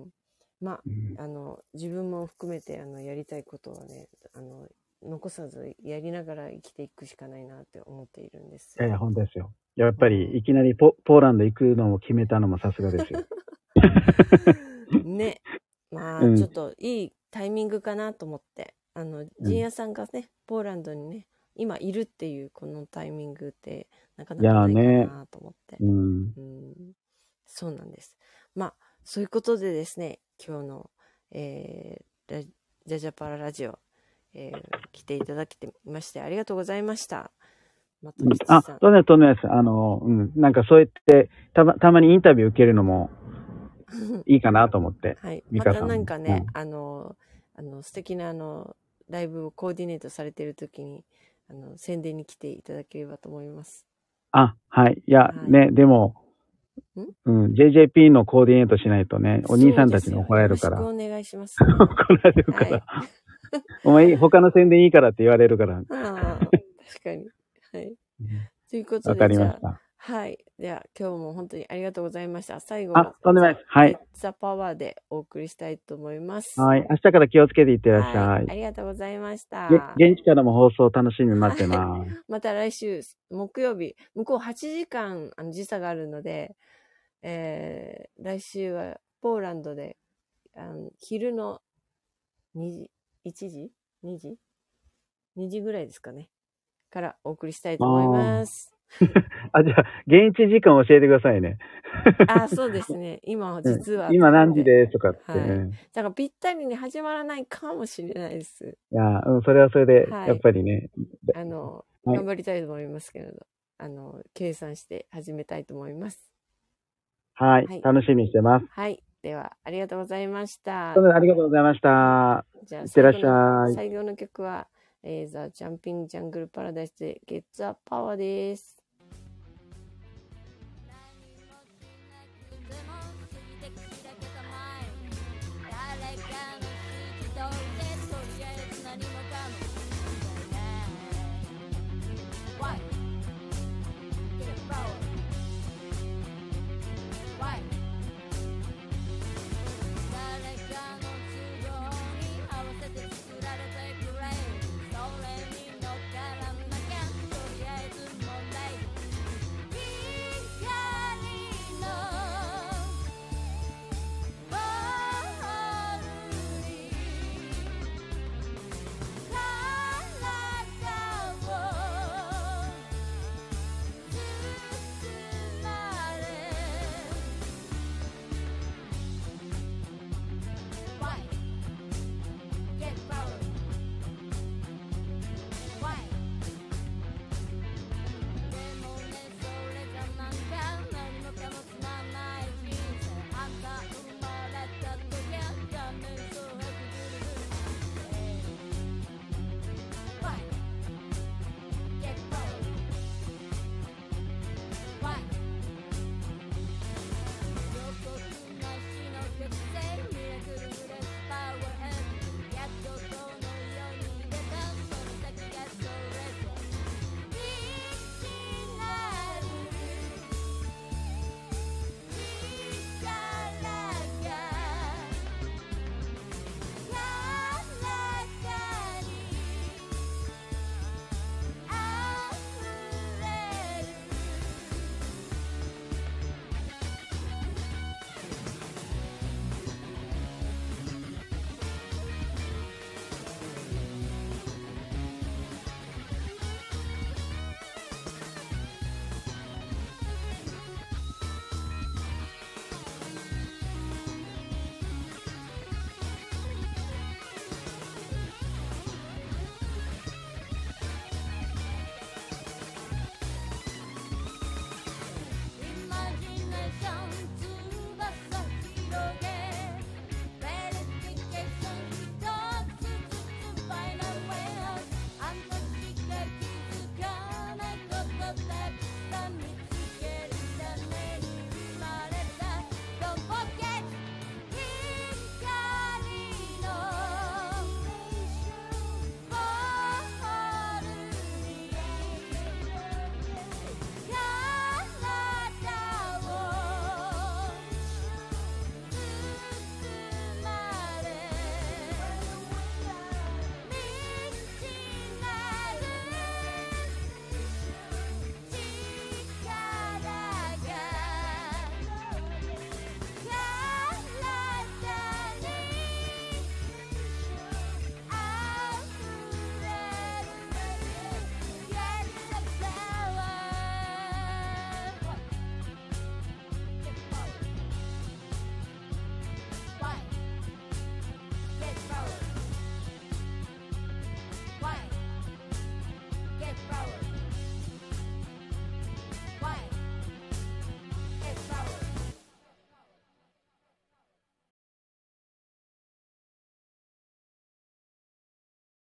まあ、うん、あの、自分も含めて、あの、やりたいことはね、あの、残さずやりながら生きていくしかないなって思っているんです。 いやいや、本当ですよ。やっぱり、いきなり ポ, ポーランド行くのを決めたのもさすがですよ。 ね。まあ、うん、ちょっといいタイミングかなと思って。あの、陣屋さんがね、ポーランドにね、今いるっていうこのタイミングってなかなかないかなと思って。 うん、 うん、そうなんです。まあ、そういうことでですね、今日の、えー、ジャジャパララジオ、えー、来ていただきましてありがとうございました。 まときちさん。あ、とんでもない、とんでもないです。あの、うん、なんかそうやってたま、たまにインタビュー受けるのもいいかなと思って。 はい。またなんかね、うん、あの、あの、素敵なあの、ライブをコーディネートされているときに、あの、宣伝に来ていただければと思います。 あ、はい。いや、はい、ね、でも、うん、ジェイジェーピー のコーディネートしないとね、お兄さんたちに怒られるから。 よろしくお願いします、ね。 怒られるから。はい、お前、他の宣伝いいからって言われるから。 ああ、確かに。はい。ということで、 わかりました。 はい。では、今日も本当にありがとうございました。最後は、とんでもないです。はい。 ザ・パワーでお送りしたいと思います。 はい。明日から気をつけていってらっしゃい。はい、 ありがとうございました。 現地からも放送楽しみに待ってます。 また来週、木曜日、向こうはちじかんあの時差があるので、えー、来週はポーランドであの昼のにじ、いちじ ?に 時 ?に 時ぐらいですかね。からお送りしたいと思います。 あ、じゃあ、現地時間教えてくださいね。 あ、そうですね。今、実は、 うん。今何時ですとかって。はい。 だからぴったりに始まらないかもしれないです。 いや、うん、それはそれで、やっぱりね。 はい、あの、はい、頑張りたいと思いますけれど、あの、計算して始めたいと思います。 はい。はい、楽しみにしてます。 はい。では、ありがとうございました。 それでありがとうございました。じゃあ、いってらっしゃい。 最後の曲は、えー、ザ・ジャンピング・ジャングル・パラダイスで、ゲッツ・ア・パワーです。